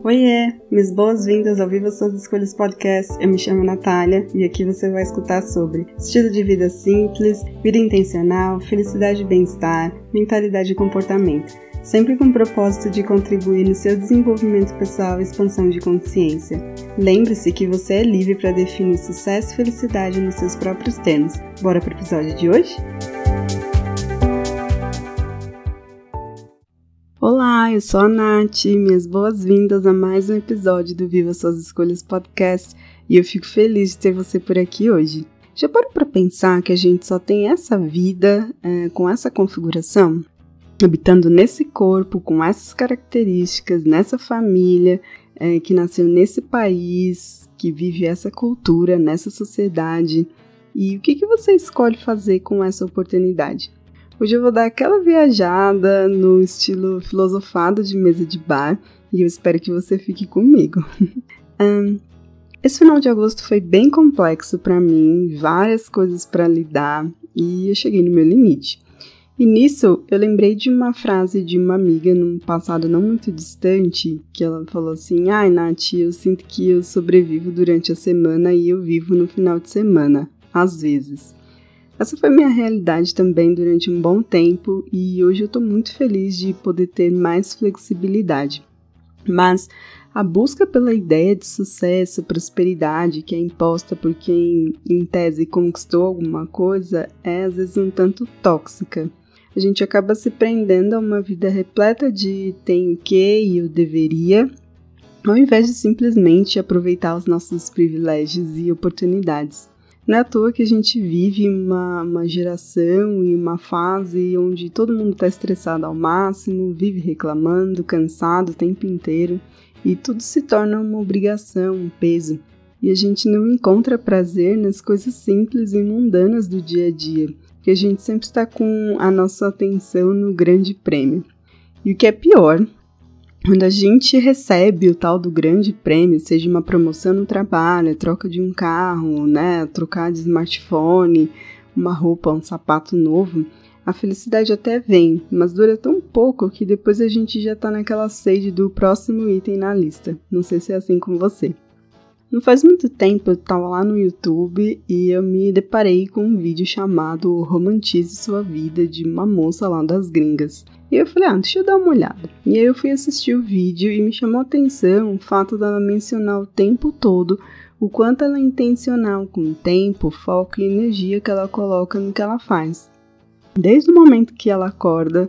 Oiê, minhas boas-vindas ao Viva Suas Escolhas Podcast. Eu me chamo Natália e aqui você vai escutar sobre estilo de vida simples, vida intencional, felicidade e bem-estar, mentalidade e comportamento, sempre com o propósito de contribuir no seu desenvolvimento pessoal e expansão de consciência. Lembre-se que você é livre para definir sucesso e felicidade nos seus próprios termos. Bora pro episódio de hoje? Olá, eu sou a Nath, minhas boas-vindas a mais um episódio do Viva Suas Escolhas Podcast e eu fico feliz de ter você por aqui hoje. Já parou para pensar que a gente só tem essa vida com essa configuração? Habitando nesse corpo, com essas características, nessa família, que nasceu nesse país, que vive essa cultura, nessa sociedade. E o que você escolhe fazer com essa oportunidade? Hoje eu vou dar aquela viajada no estilo filosofado de mesa de bar e eu espero que você fique comigo. Esse final de agosto foi bem complexo para mim, várias coisas para lidar e eu cheguei no meu limite. E nisso eu lembrei de uma frase de uma amiga num passado não muito distante, que ela falou assim: "Ai, Nath, eu sinto que eu sobrevivo durante a semana e eu vivo no final de semana, às vezes." Essa foi minha realidade também durante um bom tempo e hoje eu estou muito feliz de poder ter mais flexibilidade. Mas a busca pela ideia de sucesso, prosperidade que é imposta por quem, em tese, conquistou alguma coisa é às vezes um tanto tóxica. A gente acaba se prendendo a uma vida repleta de tenho que e eu deveria, ao invés de simplesmente aproveitar os nossos privilégios e oportunidades. Não é à toa que a gente vive uma geração e uma fase onde todo mundo está estressado ao máximo, vive reclamando, cansado o tempo inteiro e tudo se torna uma obrigação, um peso. E a gente não encontra prazer nas coisas simples e mundanas do dia a dia, porque a gente sempre está com a nossa atenção no grande prêmio. E o que é pior, quando a gente recebe o tal do grande prêmio, seja uma promoção no trabalho, a troca de um carro, trocar de smartphone, uma roupa, um sapato novo, a felicidade até vem, mas dura tão pouco que depois a gente já tá naquela sede do próximo item na lista. Não sei se é assim com você. Não faz muito tempo eu estava lá no YouTube e eu me deparei com um vídeo chamado Romantize Sua Vida, de uma moça lá das gringas. E eu falei, deixa eu dar uma olhada. E aí eu fui assistir o vídeo e me chamou a atenção o fato dela mencionar o tempo todo o quanto ela é intencional com o tempo, foco e energia que ela coloca no que ela faz. Desde o momento que ela acorda,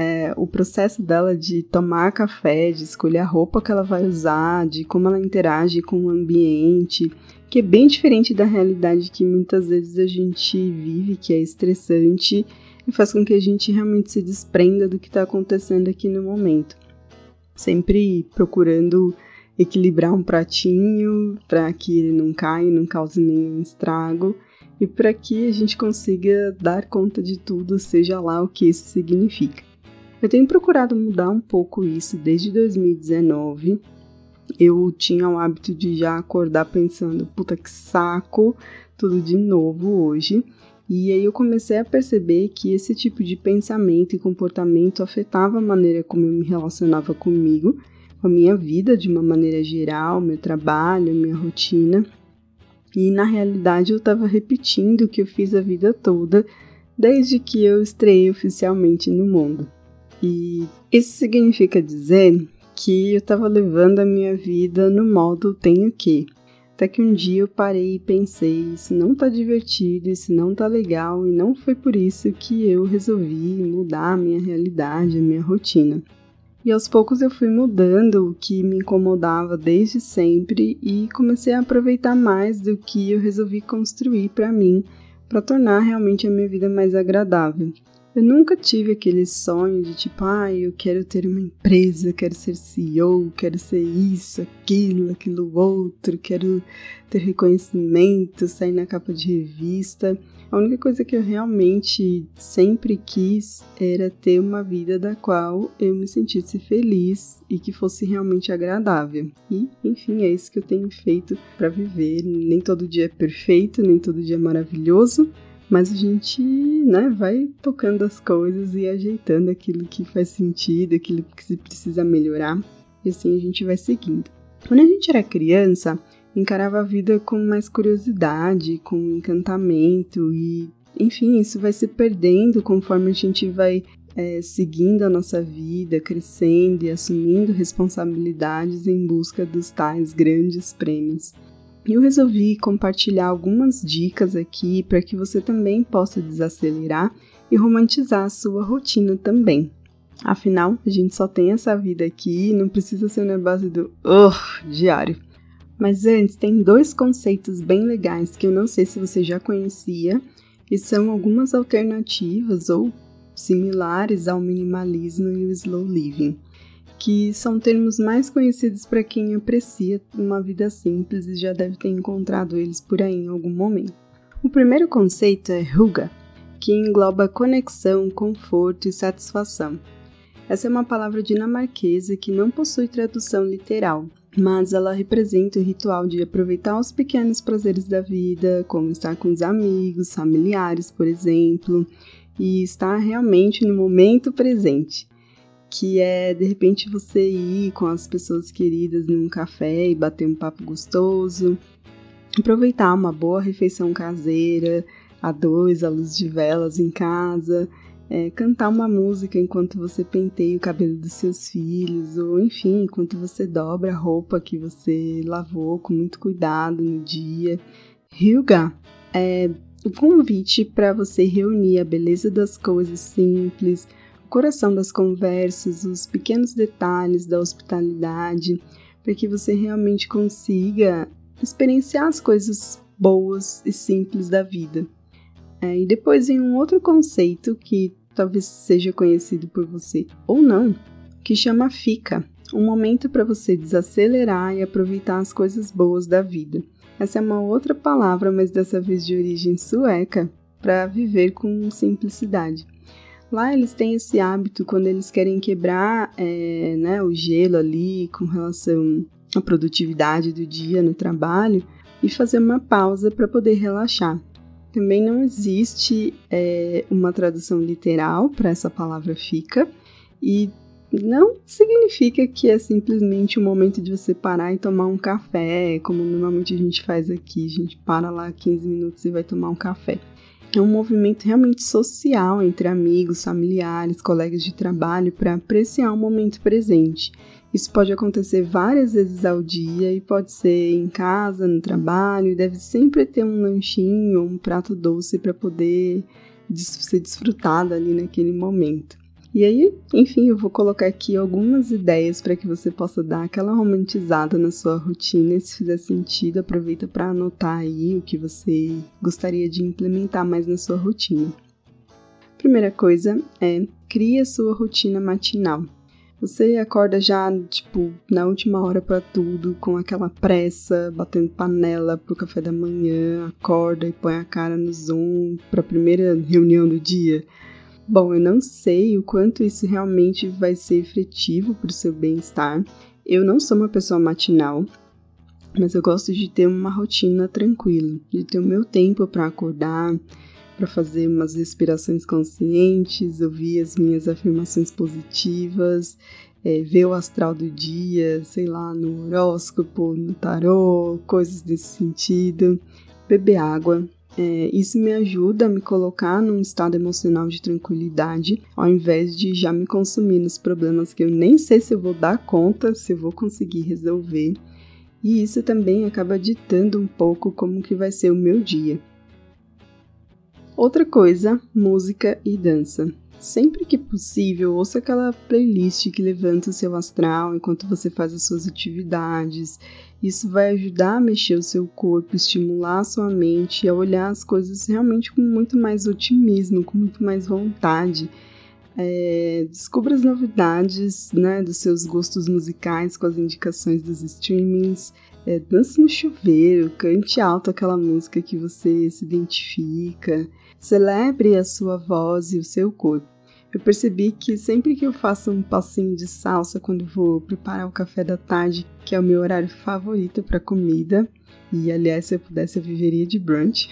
o processo dela de tomar café, de escolher a roupa que ela vai usar, de como ela interage com o ambiente, que é bem diferente da realidade que muitas vezes a gente vive, que é estressante e faz com que a gente realmente se desprenda do que está acontecendo aqui no momento. Sempre procurando equilibrar um pratinho para que ele não caia e não cause nenhum estrago e para que a gente consiga dar conta de tudo, seja lá o que isso significa. Eu tenho procurado mudar um pouco isso desde 2019. Eu tinha o hábito de já acordar pensando, puta que saco, tudo de novo hoje. E aí eu comecei a perceber que esse tipo de pensamento e comportamento afetava a maneira como eu me relacionava comigo, com a minha vida de uma maneira geral, meu trabalho, minha rotina. E na realidade eu estava repetindo o que eu fiz a vida toda, desde que eu estreiei oficialmente no mundo. E isso significa dizer que eu estava levando a minha vida no modo tenho que. Até que um dia eu parei e pensei, isso não tá divertido, isso não tá legal, e não foi por isso que eu resolvi mudar a minha realidade, a minha rotina. E aos poucos eu fui mudando o que me incomodava desde sempre e comecei a aproveitar mais do que eu resolvi construir para mim, para tornar realmente a minha vida mais agradável. Eu nunca tive aquele sonho de tipo, eu quero ter uma empresa, quero ser CEO, quero ser isso, aquilo outro, quero ter reconhecimento, sair na capa de revista. A única coisa que eu realmente sempre quis era ter uma vida da qual eu me sentisse feliz e que fosse realmente agradável. E, enfim, é isso que eu tenho feito para viver. Nem todo dia é perfeito, nem todo dia é maravilhoso, mas a gente, vai tocando as coisas e ajeitando aquilo que faz sentido, aquilo que se precisa melhorar. e assim a gente vai seguindo. Quando a gente era criança, encarava a vida com mais curiosidade, com encantamento e, enfim, isso vai se perdendo conforme a gente vai seguindo a nossa vida, crescendo e assumindo responsabilidades em busca dos tais grandes prêmios. Eu resolvi compartilhar algumas dicas aqui para que você também possa desacelerar e romantizar a sua rotina também. Afinal, a gente só tem essa vida aqui, não precisa ser um negócio do diário. Mas antes, tem 2 conceitos bem legais que eu não sei se você já conhecia e são algumas alternativas ou similares ao minimalismo e o slow living, que são termos mais conhecidos para quem aprecia uma vida simples e já deve ter encontrado eles por aí em algum momento. O primeiro conceito é Hygge, que engloba conexão, conforto e satisfação. Essa é uma palavra dinamarquesa que não possui tradução literal, mas ela representa o ritual de aproveitar os pequenos prazeres da vida, como estar com os amigos, familiares, por exemplo, e estar realmente no momento presente, que é, de repente, você ir com as pessoas queridas num café e bater um papo gostoso, aproveitar uma boa refeição caseira, a 2, à luz de velas em casa, cantar uma música enquanto você penteia o cabelo dos seus filhos, ou enfim, enquanto você dobra a roupa que você lavou com muito cuidado no dia. Hygge é o convite para você reunir a beleza das coisas simples, o coração das conversas, os pequenos detalhes da hospitalidade, para que você realmente consiga experienciar as coisas boas e simples da vida. E depois vem um outro conceito que talvez seja conhecido por você ou não, que chama Fika, um momento para você desacelerar e aproveitar as coisas boas da vida. Essa é uma outra palavra, mas dessa vez de origem sueca, para viver com simplicidade. Lá eles têm esse hábito quando eles querem quebrar o gelo ali com relação à produtividade do dia no trabalho e fazer uma pausa para poder relaxar. Também não existe uma tradução literal para essa palavra Fika e não significa que é simplesmente um momento de você parar e tomar um café, como normalmente a gente faz aqui, a gente para lá 15 minutos e vai tomar um café. É um movimento realmente social entre amigos, familiares, colegas de trabalho para apreciar o momento presente. Isso pode acontecer várias vezes ao dia e pode ser em casa, no trabalho, e deve sempre ter um lanchinho ou um prato doce para poder ser desfrutado ali naquele momento. E aí, enfim, eu vou colocar aqui algumas ideias para que você possa dar aquela romantizada na sua rotina e se fizer sentido, aproveita para anotar aí o que você gostaria de implementar mais na sua rotina. Primeira coisa é, crie a sua rotina matinal. Você acorda já, na última hora para tudo, com aquela pressa, batendo panela pro café da manhã, acorda e põe a cara no Zoom para a primeira reunião do dia. Bom, eu não sei o quanto isso realmente vai ser efetivo para o seu bem-estar. Eu não sou uma pessoa matinal, mas eu gosto de ter uma rotina tranquila, de ter o meu tempo para acordar, para fazer umas respirações conscientes, ouvir as minhas afirmações positivas, ver o astral do dia, sei lá, no horóscopo, no tarô, coisas desse sentido, beber água. Isso me ajuda a me colocar num estado emocional de tranquilidade, ao invés de já me consumir nos problemas que eu nem sei se eu vou dar conta, se eu vou conseguir resolver. E isso também acaba ditando um pouco como que vai ser o meu dia. Outra coisa, música e dança. Sempre que possível, ouça aquela playlist que levanta o seu astral enquanto você faz as suas atividades. Isso vai ajudar a mexer o seu corpo, estimular a sua mente e a olhar as coisas realmente com muito mais otimismo, com muito mais vontade. Descubra as novidades, dos seus gostos musicais com as indicações dos streamings. Dance no chuveiro, cante alto aquela música que você se identifica. Celebre a sua voz e o seu corpo. Eu percebi que sempre que eu faço um passinho de salsa quando vou preparar o café da tarde, que é o meu horário favorito para comida, e aliás, se eu pudesse eu viveria de brunch,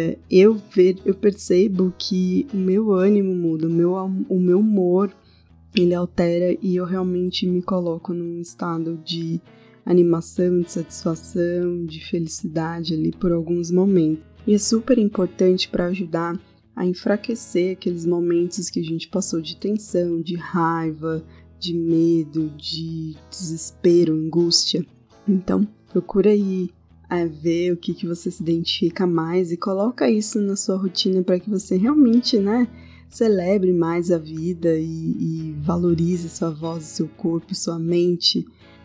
eu percebo que o meu ânimo muda, o meu humor ele altera e eu realmente me coloco num estado de animação, de satisfação, de felicidade ali por alguns momentos. E é super importante para ajudar a enfraquecer aqueles momentos que a gente passou de tensão, de raiva, de medo, de desespero, angústia. Então, procura aí ver o que você se identifica mais e coloca isso na sua rotina para que você realmente, celebre mais a vida e valorize sua voz, seu corpo, sua mente.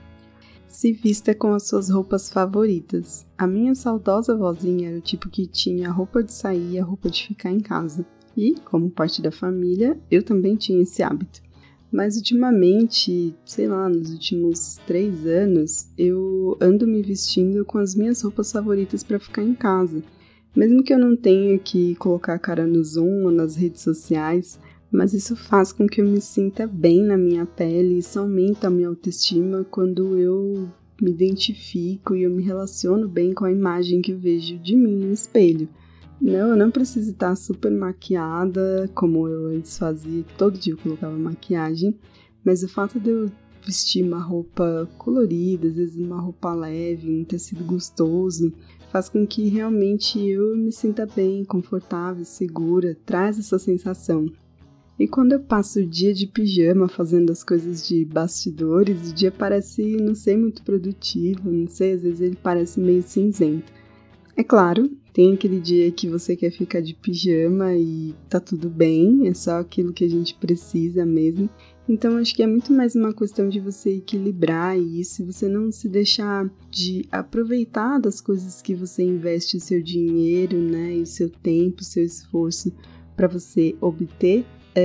Se vista com as suas roupas favoritas. A minha saudosa vozinha era o tipo que tinha a roupa de sair e a roupa de ficar em casa. E, como parte da família, eu também tinha esse hábito. Mas ultimamente, nos últimos 3 anos, eu ando me vestindo com as minhas roupas favoritas para ficar em casa. Mesmo que eu não tenha que colocar a cara no Zoom ou nas redes sociais, mas isso faz com que eu me sinta bem na minha pele e isso aumenta a minha autoestima quando eu me identifico e eu me relaciono bem com a imagem que eu vejo de mim no espelho. Não, eu não preciso estar super maquiada, como eu antes fazia, todo dia eu colocava maquiagem, mas o fato de eu vestir uma roupa colorida, às vezes uma roupa leve, um tecido gostoso, faz com que realmente eu me sinta bem, confortável, segura, traz essa sensação. E quando eu passo o dia de pijama fazendo as coisas de bastidores, o dia parece não ser muito produtivo, às vezes ele parece meio cinzento. É claro, tem aquele dia que você quer ficar de pijama e tá tudo bem, é só aquilo que a gente precisa mesmo. Então acho que é muito mais uma questão de você equilibrar isso, você não se deixar de aproveitar das coisas que você investe o seu dinheiro, e o seu tempo, o seu esforço para você obter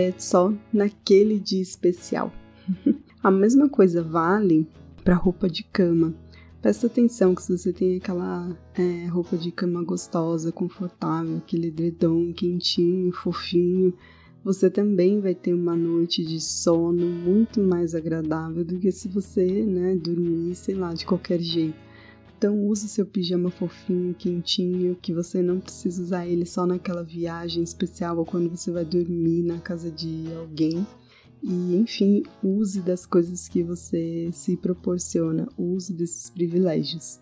só naquele dia especial. A mesma coisa vale para roupa de cama. Presta atenção que se você tem aquela roupa de cama gostosa, confortável, aquele edredom quentinho, fofinho, você também vai ter uma noite de sono muito mais agradável do que se você, dormir, de qualquer jeito. Então use seu pijama fofinho, quentinho, que você não precisa usar ele só naquela viagem especial ou quando você vai dormir na casa de alguém. E, enfim, use das coisas que você se proporciona, use desses privilégios.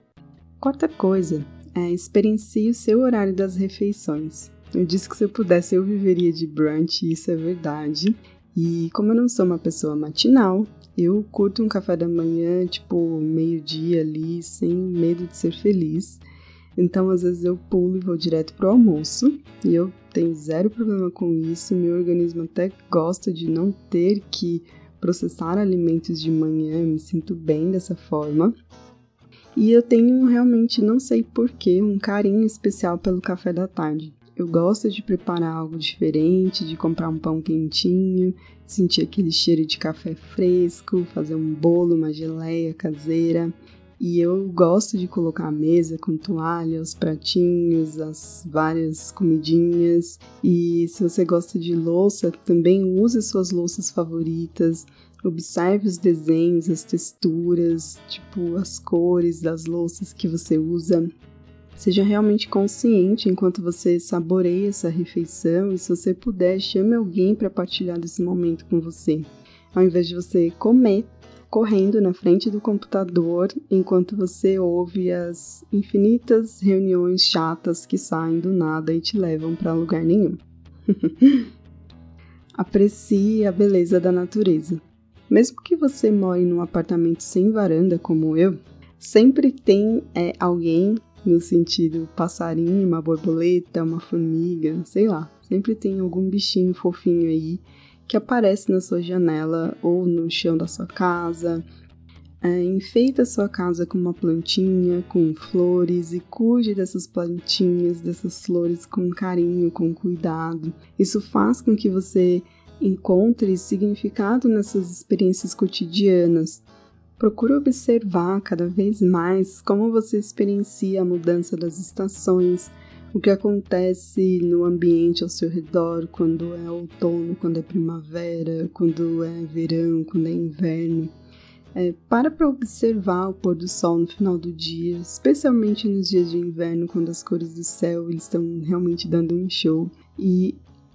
Quarta coisa, experiencie o seu horário das refeições. Eu disse que se eu pudesse eu viveria de brunch, e isso é verdade. E como eu não sou uma pessoa matinal, eu curto um café da manhã, meio-dia ali, sem medo de ser feliz. Então, às vezes eu pulo e vou direto pro almoço, e eu tenho zero problema com isso, meu organismo até gosta de não ter que processar alimentos de manhã, eu me sinto bem dessa forma. E eu tenho realmente, não sei porquê, um carinho especial pelo café da tarde. Eu gosto de preparar algo diferente, de comprar um pão quentinho, sentir aquele cheiro de café fresco, fazer um bolo, uma geleia caseira. E eu gosto de colocar a mesa com toalha, os pratinhos, as várias comidinhas. E se você gosta de louça, também use suas louças favoritas. Observe os desenhos, as texturas, as cores das louças que você usa. Seja realmente consciente enquanto você saboreia essa refeição e se você puder, chame alguém para partilhar desse momento com você. Ao invés de você comer correndo na frente do computador enquanto você ouve as infinitas reuniões chatas que saem do nada e te levam para lugar nenhum. Aprecie a beleza da natureza. Mesmo que você more num apartamento sem varanda como eu, sempre tem alguém, no sentido passarinho, uma borboleta, uma formiga, sempre tem algum bichinho fofinho aí que aparece na sua janela ou no chão da sua casa. Enfeita a sua casa com uma plantinha, com flores e cuide dessas plantinhas, dessas flores com carinho, com cuidado. Isso faz com que você encontre significado nessas experiências cotidianas. Procure observar cada vez mais como você experiencia a mudança das estações, o que acontece no ambiente ao seu redor quando é outono, quando é primavera, quando é verão, quando é inverno. Para observar o pôr do sol no final do dia, especialmente nos dias de inverno, quando as cores do céu eles estão realmente dando um show. E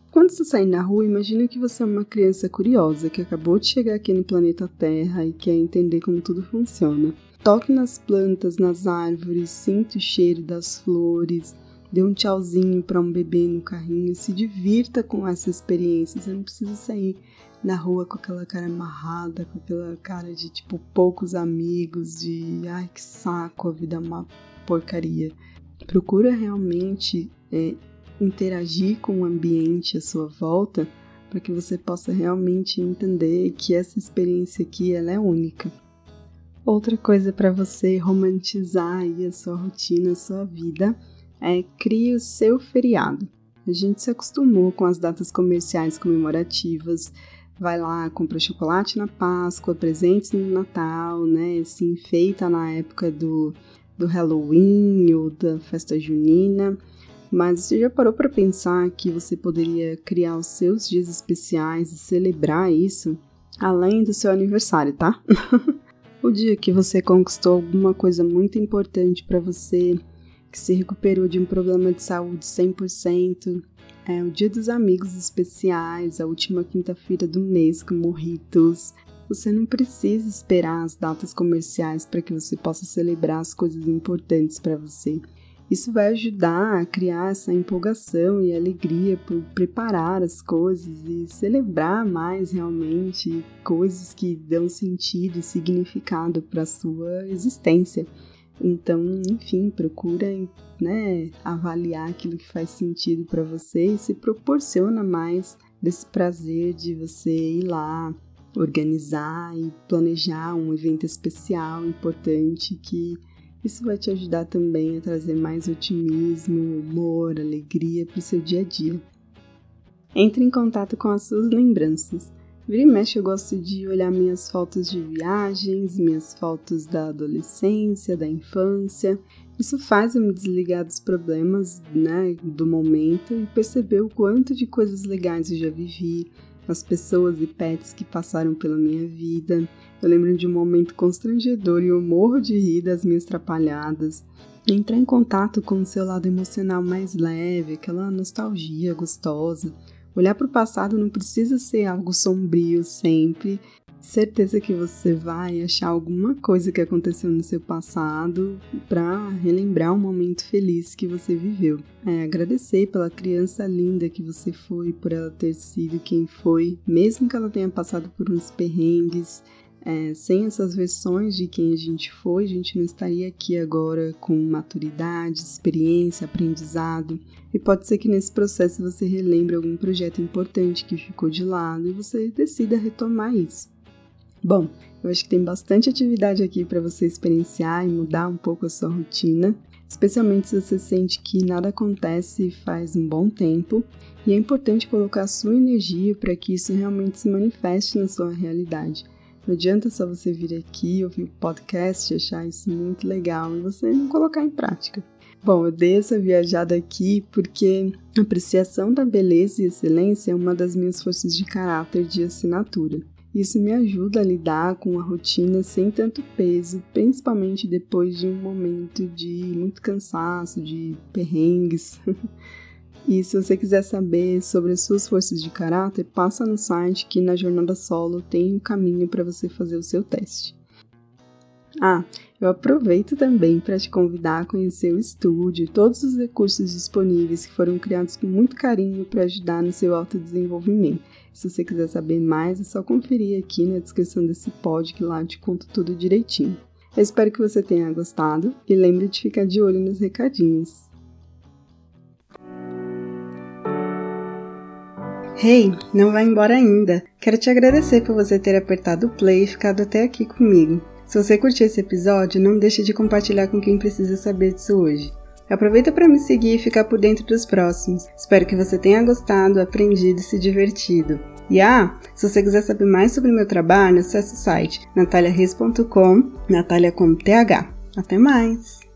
Quando você sair na rua, imagina que você é uma criança curiosa que acabou de chegar aqui no planeta Terra e quer entender como tudo funciona. Toque nas plantas, nas árvores, sinta o cheiro das flores, dê um tchauzinho para um bebê no carrinho, se divirta com essa experiência. Você não precisa sair na rua com aquela cara amarrada, com aquela cara de poucos amigos, de ai que saco, a vida é uma porcaria. Procura realmente interagir com o ambiente à sua volta para que você possa realmente entender que essa experiência aqui ela é única. Outra coisa para você romantizar aí a sua rotina, a sua vida, crie o seu feriado. A gente se acostumou com as datas comerciais comemorativas, vai lá, compra chocolate na Páscoa, presentes no Natal, né? Se enfeita na época do Halloween ou da festa junina. Mas você já parou para pensar que você poderia criar os seus dias especiais e celebrar isso além do seu aniversário, tá? O dia que você conquistou alguma coisa muito importante para você, que se recuperou de um problema de saúde 100%, o dia dos amigos especiais, a última quinta-feira do mês com mojitos. Você não precisa esperar as datas comerciais para que você possa celebrar as coisas importantes para você. Isso vai ajudar a criar essa empolgação e alegria por preparar as coisas e celebrar mais realmente coisas que dão sentido e significado para a sua existência. Então, enfim, procura, avaliar aquilo que faz sentido para você e se proporciona mais desse prazer de você ir lá, organizar e planejar um evento especial, importante, que isso vai te ajudar também a trazer mais otimismo, humor, alegria para o seu dia a dia. Entre em contato com as suas lembranças. Vira e mexe, eu gosto de olhar minhas fotos de viagens, minhas fotos da adolescência, da infância. Isso faz eu me desligar dos problemas, do momento e perceber o quanto de coisas legais eu já vivi, as pessoas e pets que passaram pela minha vida. Eu lembro de um momento constrangedor e eu morro de rir das minhas atrapalhadas. Entrar em contato com o seu lado emocional mais leve, aquela nostalgia gostosa. Olhar para o passado não precisa ser algo sombrio sempre. Certeza que você vai achar alguma coisa que aconteceu no seu passado para relembrar um momento feliz que você viveu. Agradecer pela criança linda que você foi, por ela ter sido quem foi, mesmo que ela tenha passado por uns perrengues. Sem essas versões de quem a gente foi, a gente não estaria aqui agora com maturidade, experiência, aprendizado. E pode ser que nesse processo você relembre algum projeto importante que ficou de lado e você decida retomar isso. Bom, eu acho que tem bastante atividade aqui para você experienciar e mudar um pouco a sua rotina, especialmente se você sente que nada acontece faz um bom tempo, e é importante colocar a sua energia para que isso realmente se manifeste na sua realidade. Não adianta só você vir aqui, ouvir o podcast e achar isso muito legal e você não colocar em prática. Bom, eu dei essa viajada aqui porque a apreciação da beleza e excelência é uma das minhas forças de caráter de assinatura. Isso me ajuda a lidar com a rotina sem tanto peso, principalmente depois de um momento de muito cansaço, de perrengues. E se você quiser saber sobre as suas forças de caráter, passa no site que na Jornada Solo tem um caminho para você fazer o seu teste. Eu aproveito também para te convidar a conhecer o estúdio e todos os recursos disponíveis que foram criados com muito carinho para ajudar no seu autodesenvolvimento. Se você quiser saber mais, é só conferir aqui na descrição desse pod que lá eu te conto tudo direitinho. Eu espero que você tenha gostado e lembre de ficar de olho nos recadinhos. Hey, não vai embora ainda! Quero te agradecer por você ter apertado o play e ficado até aqui comigo. Se você curtiu esse episódio, não deixe de compartilhar com quem precisa saber disso hoje. Aproveita para me seguir e ficar por dentro dos próximos. Espero que você tenha gostado, aprendido e se divertido. E se você quiser saber mais sobre o meu trabalho, acesse o site nataliareis.com, Natalia com TH. Até mais!